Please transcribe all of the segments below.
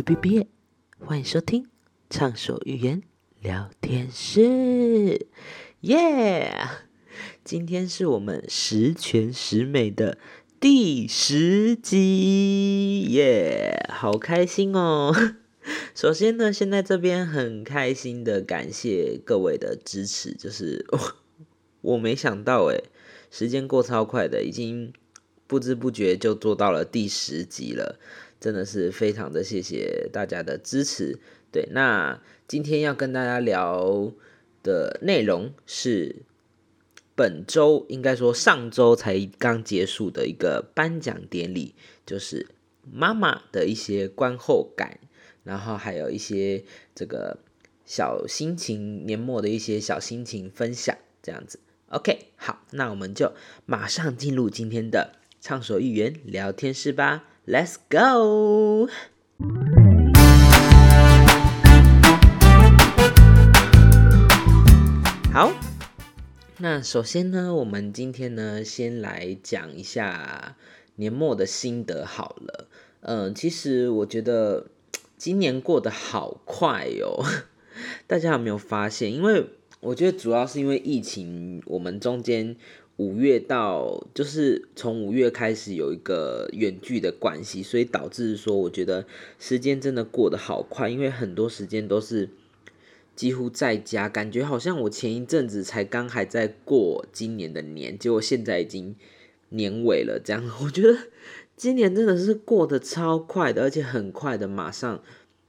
别，欢迎收听畅所欲言聊天室，耶！今天是我们十全十美的第10集，耶！好开心哦。首先呢，现在这边很开心的感谢各位的支持，就是我没想到时间过超快的，已经不知不觉就做到了第10集了，真的是非常的谢谢大家的支持。对，那今天要跟大家聊的内容是本周，应该说上周才刚结束的一个颁奖典礼，就是妈妈的一些观后感，然后还有一些这个小心情，年末的一些小心情分享，这样子。OK， 好，那我们就马上进入今天的畅所欲言聊天室吧 ，Let's go！ 好，那首先呢，我们今天呢，先来讲一下年末的心得好了。其实我觉得今年过得好快哦，大家有没有发现？因为我觉得主要是因为疫情，我们中间5月到就是从5月开始有一个远距的关系，所以导致说我觉得时间真的过得好快，因为很多时间都是几乎在家，感觉好像我前一阵子才刚还在过今年的年，结果现在已经年尾了，这样我觉得今年真的是过得超快的，而且很快的，马上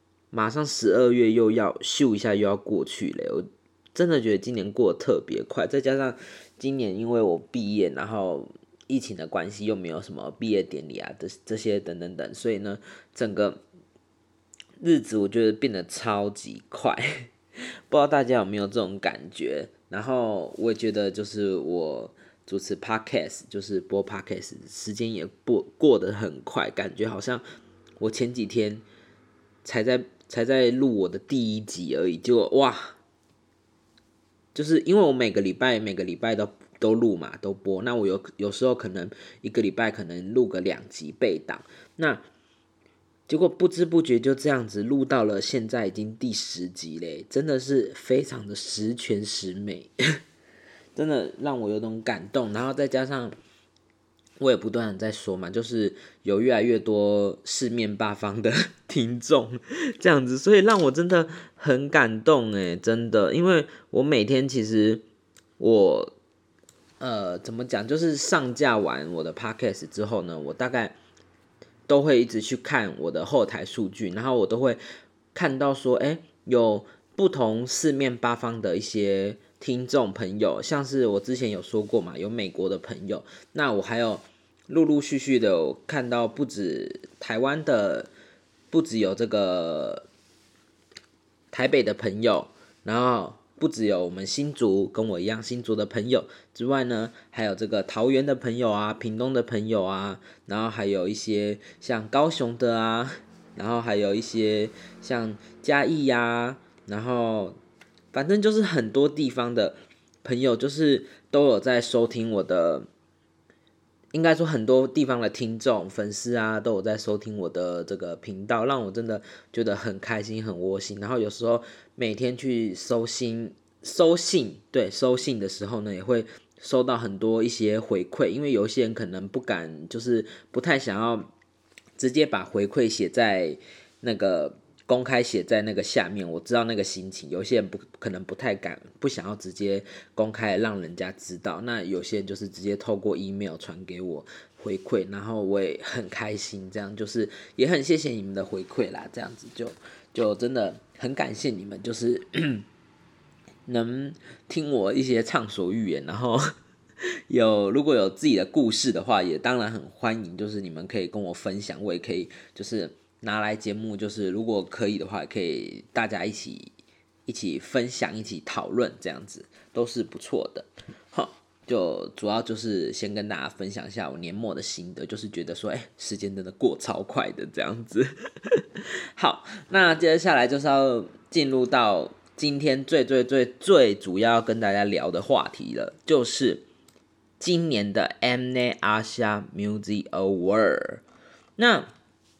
12月又要咻一下又要过去了，我真的觉得今年过得特别快，再加上今年因为我毕业，然后疫情的关系又没有什么毕业典礼啊这些等等等，所以呢，整个日子我觉得变得超级快，不知道大家有没有这种感觉？然后我也觉得就是我主持 podcast， 就是播 podcast， 时间也过得很快，感觉好像我前几天才在录我的第1集而已，结果哇！就是因为我每个礼拜都录嘛，都播。那我有时候可能一个礼拜可能录个2集备档，那结果不知不觉就这样子录到了现在已经第10集嘞，真的是非常的十全十美，真的让我有种感动。然后再加上我也不断的在说嘛，就是有越来越多四面八方的听众这样子，所以让我真的很感动真的，因为我每天其实我怎么讲，就是上架完我的 podcast 之后呢，我大概都会一直去看我的后台数据，然后我都会看到说，有不同四面八方的一些听众朋友，像是我之前有说过嘛，有美国的朋友，那我还有陆陆续续的有看到不止台湾的，不止有这个台北的朋友，然后不只有我们新竹跟我一样新竹的朋友之外呢，还有这个桃园的朋友啊，屏东的朋友啊，然后还有一些像高雄的啊，然后还有一些像嘉义啊，然后反正就是很多地方的朋友，就是都有在收听我的。应该说很多地方的听众粉丝啊都有在收听我的这个频道，让我真的觉得很开心很窝心。然后有时候每天去收信的时候呢，也会收到很多一些回馈，因为有些人可能不敢，就是不太想要直接把回馈写在那个公开写在那个下面，我知道那个心情，有些人可能不太敢，不想要直接公开让人家知道。那有些人就是直接透过 email 传给我回馈，然后我也很开心，这样就是也很谢谢你们的回馈啦，这样子就真的很感谢你们，就是能听我一些畅所欲言，然后如果有自己的故事的话，也当然很欢迎，就是你们可以跟我分享，我也可以就是拿来节目，就是如果可以的话，可以大家一起分享，一起讨论，这样子都是不错的。就主要就是先跟大家分享一下我年末的心得，就是觉得说，时间真的过超快的这样子。好，那接下来就是要进入到今天最主要跟大家聊的话题了，就是今年的 Mnet Asia Music Award。那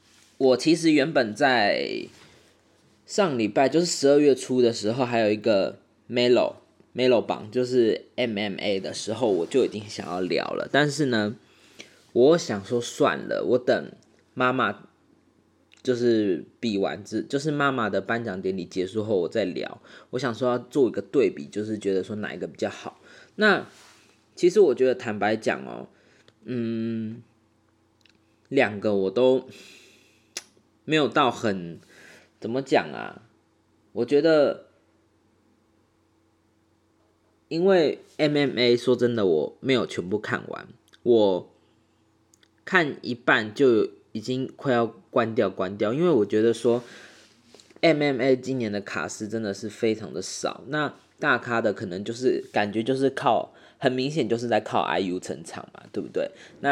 我其实原本在上礼拜就是12月初的时候，还有一个 Melo 榜，就是 MMA 的时候，我就已经想要聊了。但是呢，我想说算了，我等妈妈就是比完就是妈妈的颁奖典礼结束后，我再聊。我想说要做一个对比，就是觉得说哪一个比较好。那其实我觉得坦白讲哦，两个我都没有到很怎么讲啊？我觉得，因为 MMA 说真的，我没有全部看完，我看一半就已经快要关掉，因为我觉得说 MMA 今年的卡司真的是非常的少，那大咖的可能就是感觉就是很明显就是在靠 IU 撑场嘛，对不对？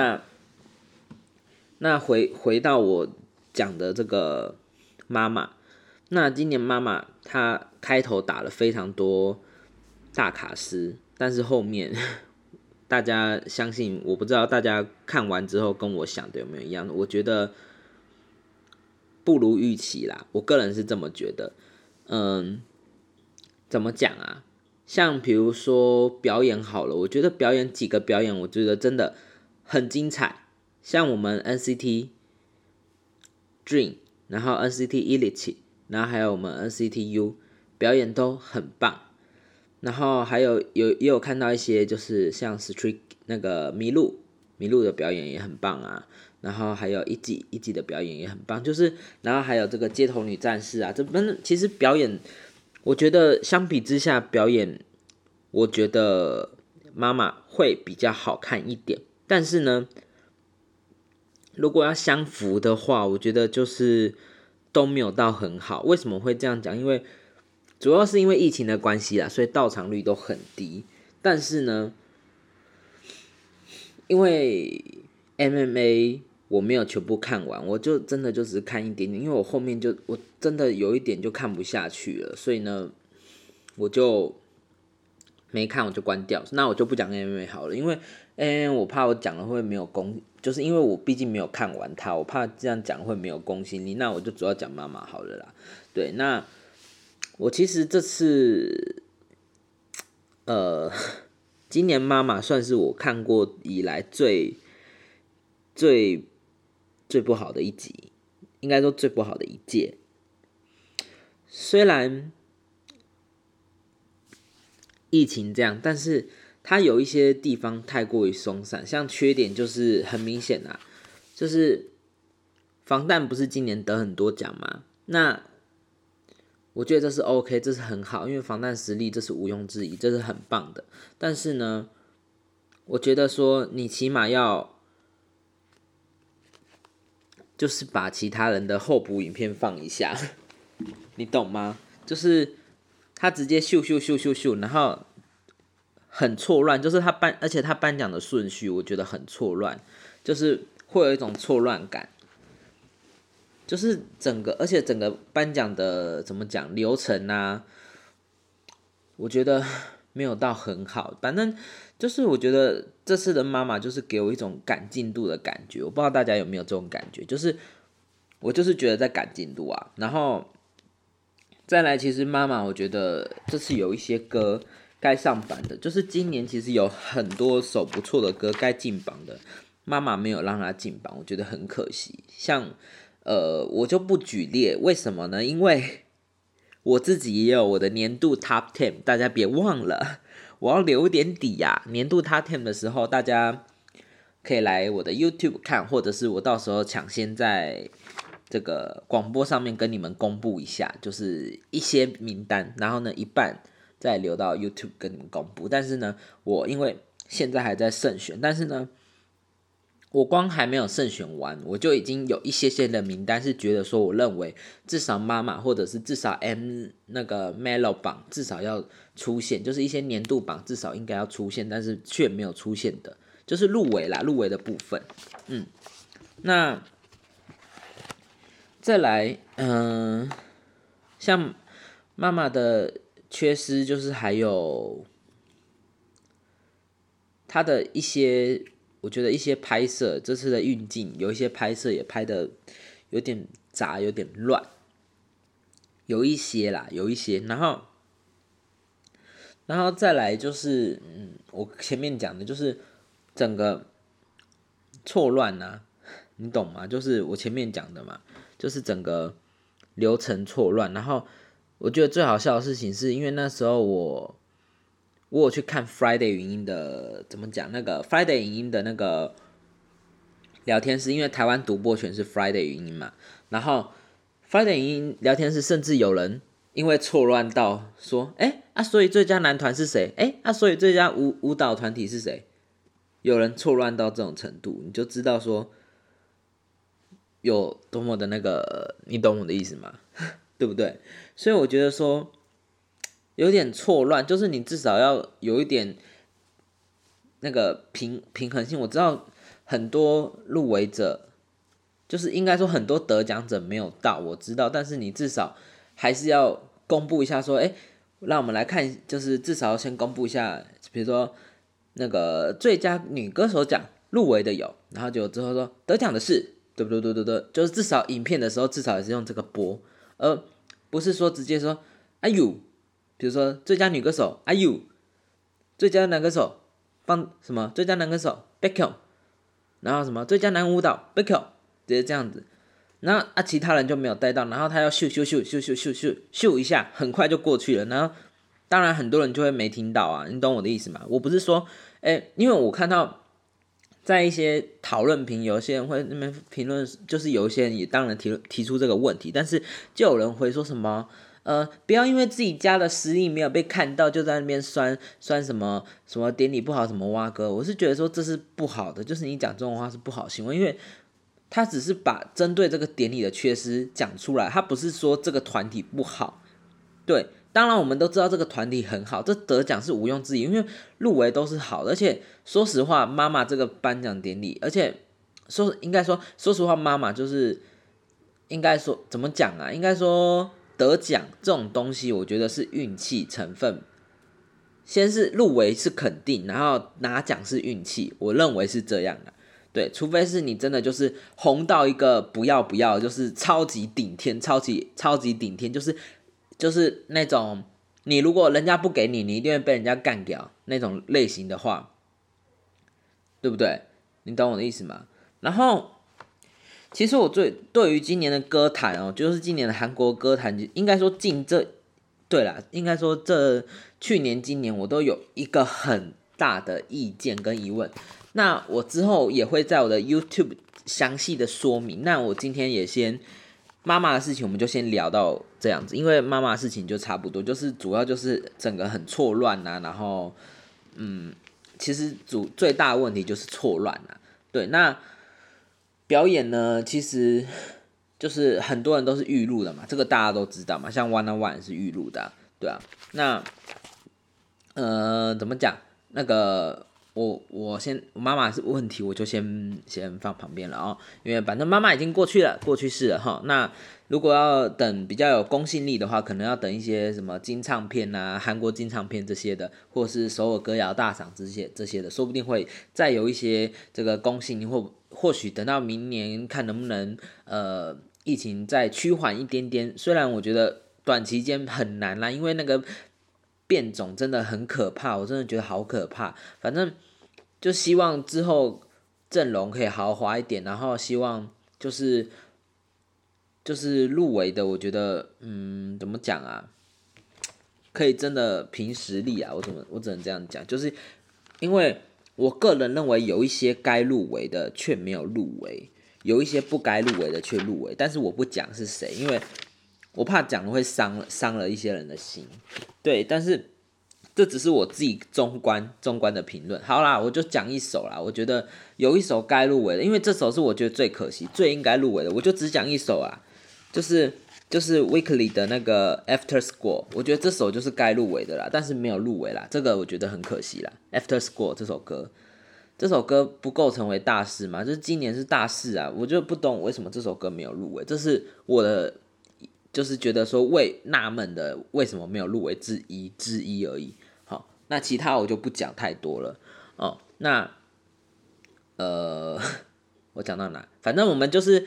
那回到我讲的这个妈妈，那今年妈妈她开头打了非常多大卡司，但是后面大家相信，我不知道大家看完之后跟我想的有没有一样的，我觉得不如预期啦，我个人是这么觉得。怎么讲啊？像比如说表演好了，我觉得几个表演，我觉得真的很精彩。像我们 NCT Dream，然后 NCT Elite，然后还有我们 NCT U 表演都很棒。然后还也有看到一些就是像 Street 那个麋鹿的表演也很棒啊。然后还有一季的表演也很棒，就是然后还有这个街头女战士啊，这边其实表演，我觉得相比之下表演，我觉得妈妈会比较好看一点。但是呢，如果要相符的话，我觉得就是都没有到很好。为什么会这样讲？因为主要是因为疫情的关系啦，所以到场率都很低。但是呢，因为 MMA 我没有全部看完，我就真的就只是看一点点，因为我后面我真的有一点就看不下去了，所以呢，我就没看，我就关掉。那我就不讲 MMA 好了，因为我怕我讲了会没有就是因为我毕竟没有看完它，我怕这样讲会没有公信力。那我就主要讲妈妈好了啦。对，那我其实这次今年妈妈算是我看过以来最不好的一集，应该说最不好的一届。虽然疫情这样，但是它有一些地方太过于松散，像缺点就是很明显啊，就是防弹不是今年得很多奖吗？那我觉得这是 OK， 这是很好，因为防弹实力这是毋庸置疑，这是很棒的。但是呢，我觉得说你起码要就是把其他人的候补影片放一下，你懂吗？就是他直接咻，然后很错乱，就是而且他颁奖的顺序我觉得很错乱，就是会有一种错乱感。就是而且整个颁奖的怎么讲流程啊，我觉得没有到很好。反正就是我觉得这次的妈妈就是给我一种赶进度的感觉，我不知道大家有没有这种感觉，就是我就是觉得在赶进度啊。然后再来，其实妈妈我觉得这次有一些歌该上榜的，就是今年其实有很多首不错的歌该进榜的，妈妈没有让她进榜，我觉得很可惜。像我就不举例，为什么呢？因为我自己也有我的年度 Top 10，大家别忘了，我要留点底呀。年度 Top 10的时候，大家可以来我的 YouTube 看，或者是我到时候抢先在这个广播上面跟你们公布一下，就是一些名单，然后呢一半再留到 YouTube 跟你们公布。但是呢，我因为现在还在胜选，但是呢，我光还没有胜选完，我就已经有一些的名单是觉得说，我认为至少妈妈或者是至少 那个 Melo 榜至少要出现，就是一些年度榜至少应该要出现，但是却没有出现的，就是入围的部分。那再来，像妈妈的缺失就是还有她的一些。我觉得一些拍摄，这次的运镜有一些拍摄也拍的有点杂，有点乱，有一些啦，有一些，然后再来就是，我前面讲的就是整个错乱啊，你懂吗？就是我前面讲的嘛，就是整个流程错乱。然后我觉得最好笑的事情是因为那时候我有去看 Friday 语音的，怎么讲？那个 Friday 语音的那个聊天室，因为台湾独播权是 Friday 语音嘛，然后 Friday 语音聊天室甚至有人因为错乱到说，所以最佳男团是谁？所以最佳舞蹈团体是谁？有人错乱到这种程度，你就知道说有多么的那个，你懂我的意思吗？对不对？所以我觉得说有点错乱，就是你至少要有一点那个平衡性。我知道很多入围者，就是应该说很多得奖者没有到，我知道，但是你至少还是要公布一下说，让我们来看，就是至少先公布一下，比如说那个最佳女歌手奖入围的有，然后就之后说得奖的是，对不对？对，就是至少影片的时候至少也是用这个播，而不是说直接说IU，比如说最佳女歌手IU，最佳男歌手放什么最佳男歌手 Baekhyun， 然后什么最佳男舞蹈 Baekhyun， 直接这样子。然后其他人就没有带到，然后他要咻一下，很快就过去了。然后当然很多人就会没听到啊，你懂我的意思吗？我不是说，因为我看到在一些讨论评，有些人会那边评论，就是有一些人也当然提出这个问题，但是就有人会说什么，不要因为自己家的实力没有被看到，就在那边酸什么什么典礼不好，什么蛙哥，我是觉得说这是不好的，就是你讲这种话是不好行为，因为他只是把针对这个典礼的缺失讲出来，他不是说这个团体不好。对，当然我们都知道这个团体很好，这得奖是毋庸置疑，因为入围都是好的。而且说实话，妈妈这个颁奖典礼，而且说实话，妈妈就是应该说怎么讲啊？应该说得奖这种东西，我觉得是运气成分。先是入围是肯定，然后拿奖是运气，我认为是这样的。对，除非是你真的就是红到一个不要，就是超级顶天，超级顶天，就是那种你如果人家不给你，你一定会被人家干掉那种类型的话，对不对？你懂我的意思吗？然后，其实我对于今年的歌坛哦，就是今年的韩国歌坛，应该说对啦，应该说这去年、今年我都有一个很大的意见跟疑问。那我之后也会在我的 YouTube 详细的说明。那我今天也先妈妈的事情，我们就先聊到这样子，因为妈妈的事情就差不多，就是主要就是整个很错乱啊，然后其实最大的问题就是错乱啊。对，那表演呢，其实就是很多人都是预录的嘛，这个大家都知道嘛，像 One on One 是预录的啊，对啊。那怎么讲？那个我妈妈是问题，我就先放旁边了哦，因为反正妈妈已经过去式了哈。那如果要等比较有公信力的话，可能要等一些什么金唱片啊、韩国金唱片这些的，或是首尔歌谣大赏这些的，说不定会再有一些这个公信力，或许等到明年看能不能疫情再趋缓一点点。虽然我觉得短期间很难啦，因为那个变种真的很可怕，我真的觉得好可怕。反正就希望之后阵容可以豪华一点，然后希望就是入围的，我觉得怎么讲啊，可以真的凭实力啊，我只能这样讲，就是因为我个人认为有一些该入围的却没有入围，有一些不该入围的却入围，但是我不讲是谁，因为我怕讲了会伤了一些人的心。对，但是这只是我自己中观的评论。好啦，我就讲一首啦，我觉得有一首该入围的，因为这首是我觉得最可惜、最应该入围的，我就只讲一首啊，就是 Weekly 的那个 After School， 我觉得这首就是该入围的啦，但是没有入围啦，这个我觉得很可惜啦。After School 这首歌不够成为大事嘛？就是今年是大事啊，我就不懂为什么这首歌没有入围，这是我的。就是觉得说纳闷的为什么没有入围之一而已。好，那其他我就不讲太多了哦。那我我讲到哪？反正我们就是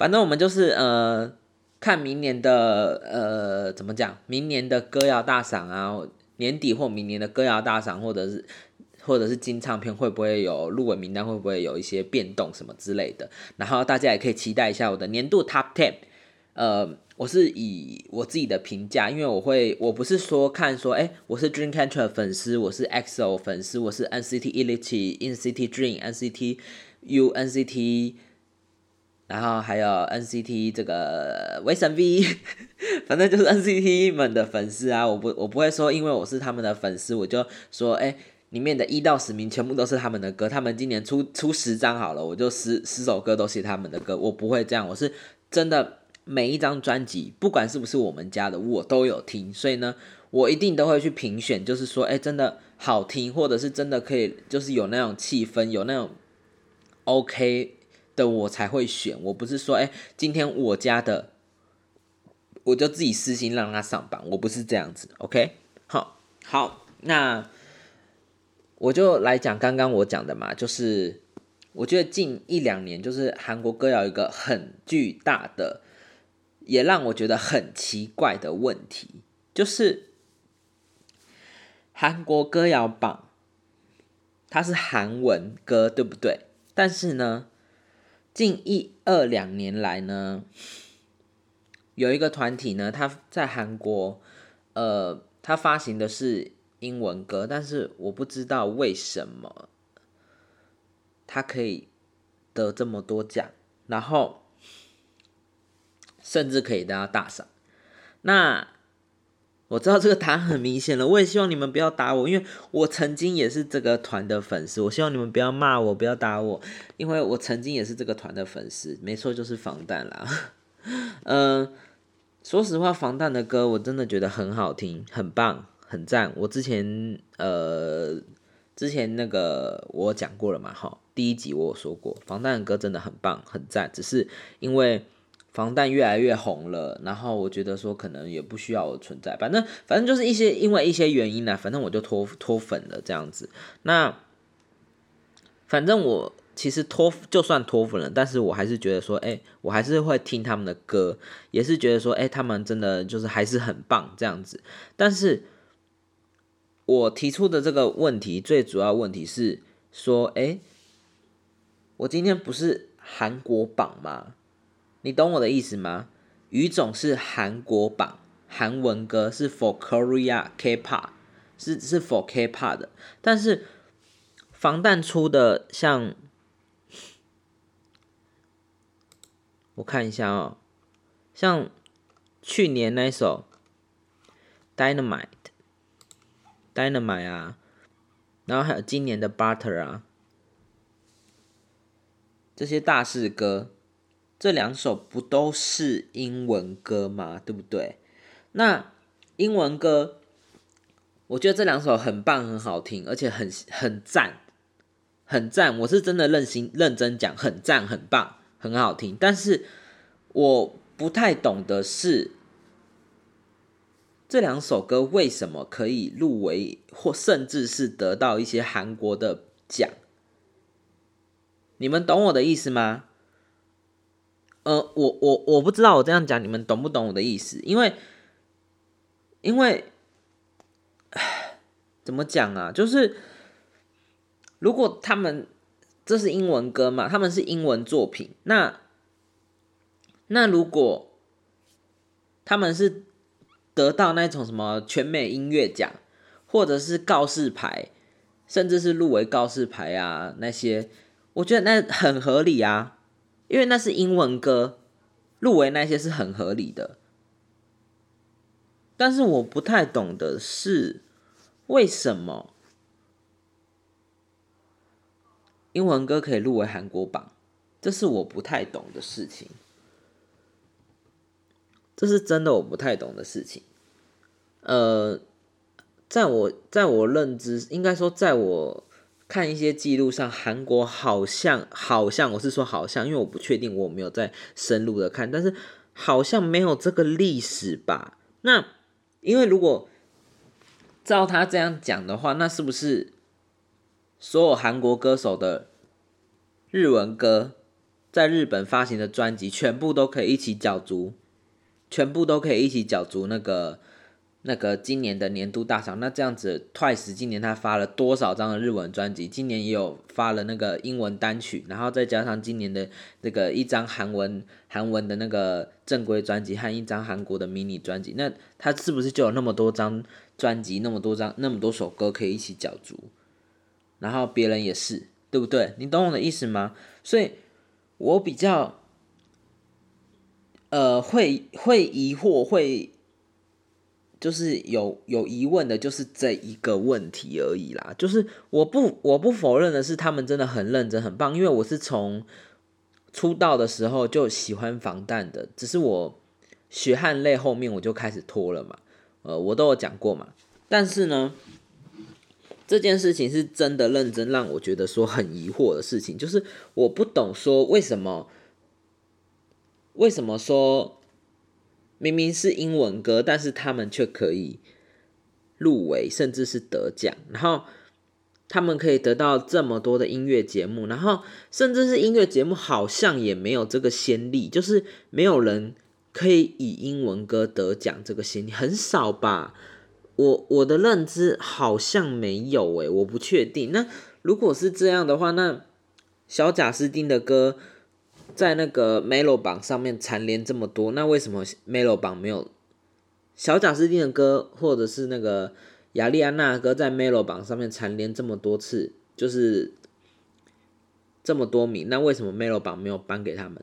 看明年的怎么讲？明年的歌谣大赏啊，年底或明年的歌谣大赏，或者是金唱片会不会有入围名单，会不会有一些变动什么之类的。然后大家也可以期待一下我的年度 Top 10。我是以我自己的评价，因为我不是说看说，我是 Dreamcatcher 的粉丝，我是 EXO 粉丝，我是 NCT Elite、NCT Dream、NCT U、NCT， 然后还有 NCT 这个 V， 反正就是 NCT 们的粉丝啊。我不会说，因为我是他们的粉丝，我就说，里面的1到10名全部都是他们的歌，他们今年出10张好了，我就10首歌都写他们的歌，我不会这样，我是真的。每一张专辑，不管是不是我们家的，我都有听，所以呢，我一定都会去评选，就是说，真的好听，或者是真的可以，就是有那种气氛，有那种 OK 的，我才会选。我不是说，今天我家的，我就自己私心让他上榜，我不是这样子 ，OK？ 好，那我就来讲刚刚我讲的嘛，就是我觉得近1-2年，就是韩国歌谣有一个很巨大的。也让我觉得很奇怪的问题，就是韩国歌谣榜，它是韩文歌，对不对？但是呢，近1-2年来呢，有一个团体呢，他在韩国，他发行的是英文歌，但是我不知道为什么他可以得这么多奖，然后。甚至可以得到大赏。那我知道这个答案很明显了，我也希望你们不要打我，因为我曾经也是这个团的粉丝。我希望你们不要骂我，不要打我，因为我曾经也是这个团的粉丝。没错，就是防弹啦。说实话，防弹的歌我真的觉得很好听，很棒，很赞。我之前那个我讲过了嘛，第1集我有说过，防弹的歌真的很棒，很赞，只是因为。防弹越来越红了，然后我觉得说可能也不需要我存在，反正就是因为一些原因啦，反正我就脱粉了这样子。那反正我其实就算脱粉了，但是我还是觉得说，我还是会听他们的歌，也是觉得说，他们真的就是还是很棒这样子。但是我提出的这个问题，最主要问题是说，我今天不是韩国榜吗？你懂我的意思吗？语种是韩国榜，韩文歌是 for Korea K-pop， 是 for K-pop 的。但是防弹出的像，我看一下像去年那首 Dynamite 啊，然后还有今年的 Butter 啊，这些大势歌。这2首不都是英文歌吗？对不对？那英文歌，我觉得这2首很棒，很好听，而且很赞，很赞。我是真的认真讲，很赞，很棒，很好听。但是我不太懂的是，这2首歌为什么可以入围，或甚至是得到一些韩国的奖？你们懂我的意思吗？我不知道我这样讲你们懂不懂我的意思？因为怎么讲啊？就是如果他们这是英文歌嘛，他们是英文作品，那如果他们是得到那种什么全美音乐奖，或者是告示牌，甚至是入围告示牌啊那些，我觉得那很合理啊。因为那是英文歌，入围那些是很合理的。但是我不太懂的是，为什么英文歌可以入围韩国榜？这是我不太懂的事情。这是真的我不太懂的事情。在我认知，应该说在我看一些记录上，韩国好像我是说好像，因为我不确定，我没有在深入的看，但是好像没有这个历史吧。那因为如果照他这样讲的话，那是不是所有韩国歌手的日文歌在日本发行的专辑全部都可以一起角逐，那个今年的年度大赏。那这样子 ，Twice 今年他发了多少张的日文专辑？今年也有发了那个英文单曲，然后再加上今年的那个一张韩文的那个正规专辑和一张韩国的迷你专辑，那他是不是就有那么多张专辑，那么多首歌可以一起角逐？然后别人也是，对不对？你懂我的意思吗？所以我比较会疑惑，就是有疑问的，就是这一个问题而已啦。就是我不否认的是，他们真的很认真很棒，因为我是从出道的时候就喜欢防弹的，只是我血汗泪后面我就开始拖了嘛，我都有讲过嘛。但是呢，这件事情是真的认真让我觉得说很疑惑的事情，就是我不懂说为什么说明明是英文歌，但是他们却可以入围，甚至是得奖，然后他们可以得到这么多的音乐节目，然后甚至是音乐节目好像也没有这个先例，就是没有人可以以英文歌得奖这个先例，很少吧？我的认知好像没有我不确定。那如果是这样的话，那小贾斯汀的歌在那个 Melo 榜上面蝉联这么多，那为什么 Melo 榜没有小贾斯汀的歌，或者是那个亚利安娜的歌在 Melo 榜上面蝉联这么多次，就是这么多名，那为什么 Melo 榜没有颁给他们？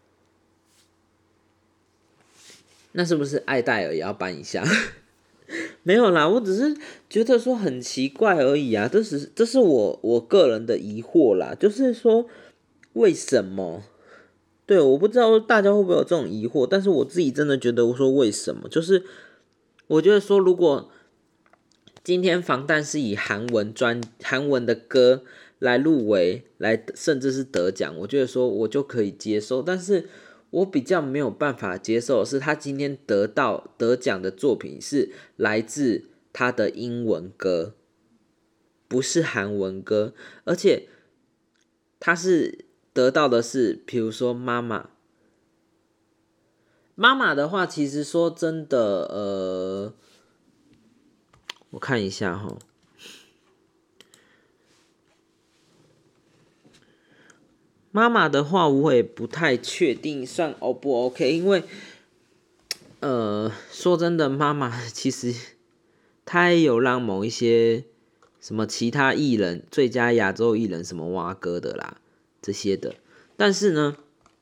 那是不是艾戴尔也要颁一下？没有啦，我只是觉得说很奇怪而已啊，这是我个人的疑惑啦，就是说为什么？对，我不知道大家会不会有这种疑惑，但是我自己真的觉得，我说为什么？就是我觉得说，如果今天防弹是以韩文的歌来入围，甚至是得奖，我觉得说我就可以接受。但是我比较没有办法接受的是，他今天得奖的作品是来自他的英文歌，不是韩文歌，而且他是得到的是，比如说妈妈的话，其实说真的，我看一下哈，妈妈的话我也不太确定算 O 不 OK， 因为说真的，妈妈其实她也有让某一些什么其他艺人最佳亚洲艺人什么挖歌的啦这些的，但是呢，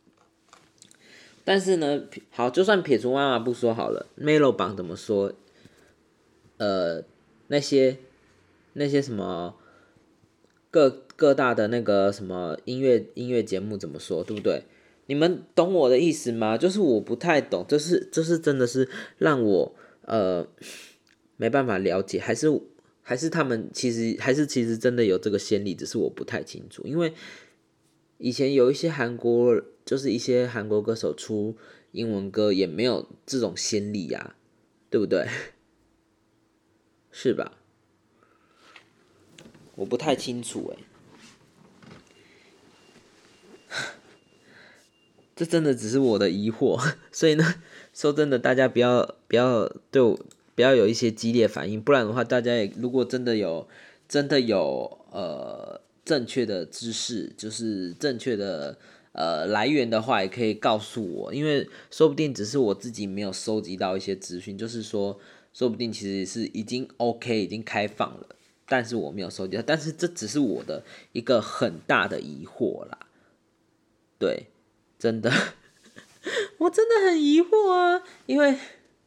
好，就算撇除妈妈不说好了 ，Melo 榜怎么说？那些什么各大的那个什么音乐节目怎么说，对不对？你们懂我的意思吗？就是我不太懂，这是真的是让我没办法了解，还是他们其实真的有这个先例，只是我不太清楚，因为以前有一些就是一些韩国歌手出英文歌也没有这种先例啊，对不对？是吧？我不太清楚这真的只是我的疑惑，所以呢，说真的，大家不要对我不要有一些激烈反应，不然的话，大家也如果真的有正确的知识，就是正确的来源的话，也可以告诉我，因为说不定只是我自己没有收集到一些资讯，就是说，说不定其实是已经 OK 已经开放了，但是我没有收集到，但是这只是我的一个很大的疑惑啦，对。真的，我真的很疑惑啊，因为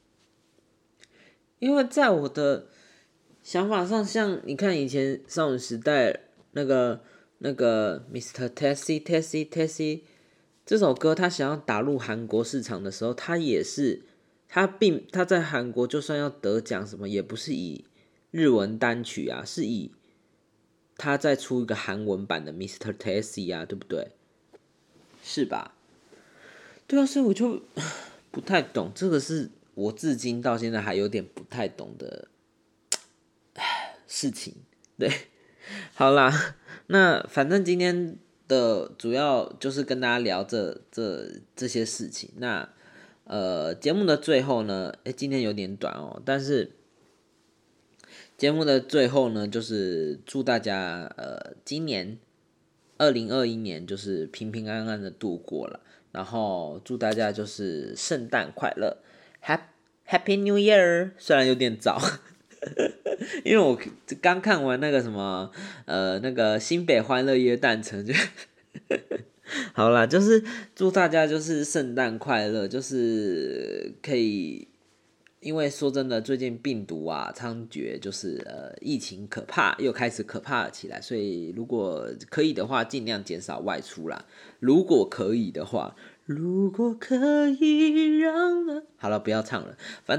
在我的想法上，像你看以前少女时代那个Mr. Tessie 这首歌，他想要打入韩国市场的时候，他也是他在韩国就算要得奖什么，也不是以日文单曲啊，是以他再出一个韩文版的 Mr. Tessie 啊，对不对？是吧？对啊，所以我就不太懂，这个是我至今到现在还有点不太懂的事情。对，好啦，那反正今天的主要就是跟大家聊这些事情。那节目的最后呢，今天有点短哦，但是节目的最后呢，就是祝大家今年2021年就是平平安安的度过了，然后祝大家就是圣诞快乐 ，Happy New Year， 虽然有点早。因为我刚看完那个什么那个新北欢乐耶诞城，就好啦，就是祝大家就是圣诞快乐，就是可以，因为说真的，最近病毒啊猖獗，就是疫情可怕，又开始可怕了起来，所以如果可以的话，尽量减少外出啦。如果可以的话，如果可以让好了，不要唱了，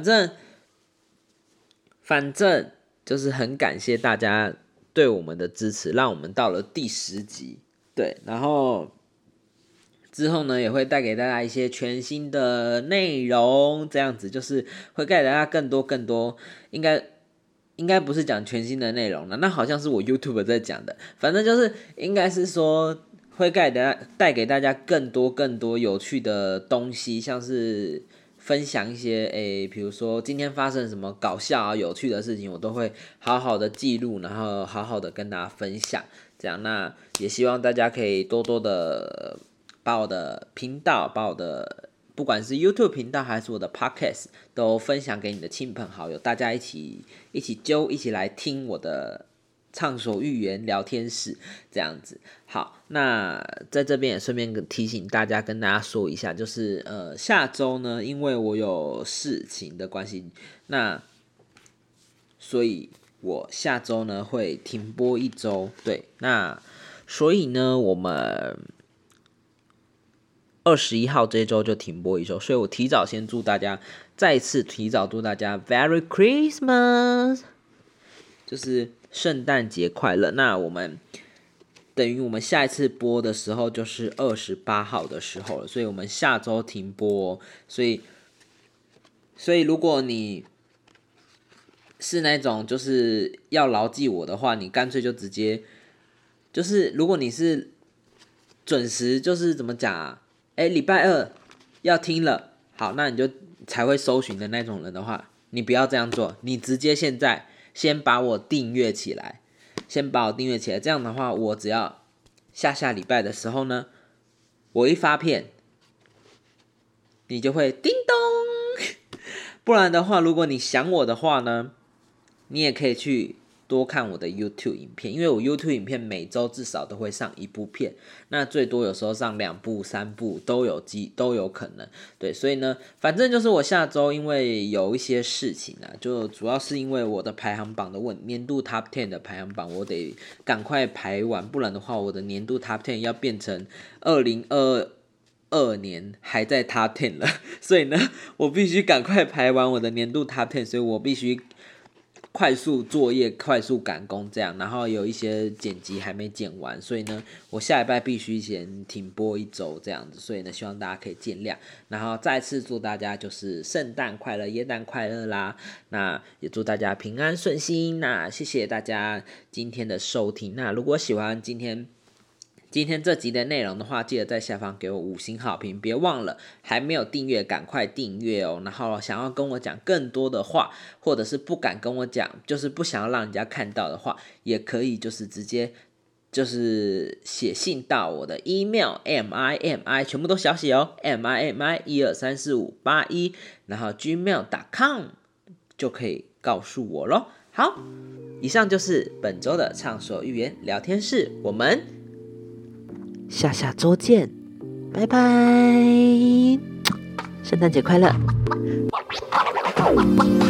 反正就是很感谢大家对我们的支持，让我们到了第10集，对，然后之后呢也会带给大家一些全新的内容，这样子就是会带给大家更多，应该不是讲全新的内容了，那好像是我 YouTube 在讲的，反正就是应该是说会带给大家更多有趣的东西，像是分享一些比如说今天发生什么搞笑啊有趣的事情，我都会好好的记录，然后好好的跟大家分享，这样。那也希望大家可以多的把我的频道，把我的不管是 YouTube 频道还是我的 Podcast 都分享给你的亲朋好友，大家一起来听我的畅所欲言聊天室这样子。好，那在这边也顺便提醒大家，跟大家说一下，就是下周呢，因为我有事情的关系，那所以我下周呢会停播1周，对，那所以呢我们21号这一周就停播1周，所以我再一次提早祝大家 Merry Christmas， 就是圣诞节快乐。那我们等于我们下一次播的时候就是28号的时候了，所以我们下周停播哦。所以如果你是那种就是要牢记我的话，你干脆就直接就是如果你是准时就是怎么讲啊？礼拜二要听了，好，那你就才会搜寻的那种人的话，你不要这样做，你直接现在先把我订阅起来，这样的话，我只要下礼拜的时候呢，我一发片，你就会叮咚。不然的话，如果你想我的话呢，你也可以去多看我的 YouTube 影片，因为我 YouTube 影片每周至少都会上1部片，那最多有时候上2部、3部都有可能。对，所以呢，反正就是我下周因为有一些事情啊，就主要是因为我的排行榜的年度 Top 10的排行榜，我得赶快排完，不然的话，我的年度 Top 10要变成2022年还在 Top 10了，所以呢，我必须赶快排完我的年度 Top 10，所以我必须快速作业，快速赶工这样，然后有一些剪辑还没剪完，所以呢，我下礼拜必须先停播1周这样子，所以呢，希望大家可以见谅。然后再次祝大家就是圣诞快乐、耶诞快乐啦！那也祝大家平安顺心。那谢谢大家今天的收听。那如果喜欢今天这集的内容的话，记得在下方给我5星好评，别忘了还没有订阅赶快订阅哦。然后想要跟我讲更多的话，或者是不敢跟我讲，就是不想要让人家看到的话，也可以就是直接就是写信到我的 email mimi 全部都小写哦 mimi12345581，然后 gmail.com 就可以告诉我咯。好，以上就是本周的畅所欲言聊天室，我们下周见，拜拜，圣诞节快乐。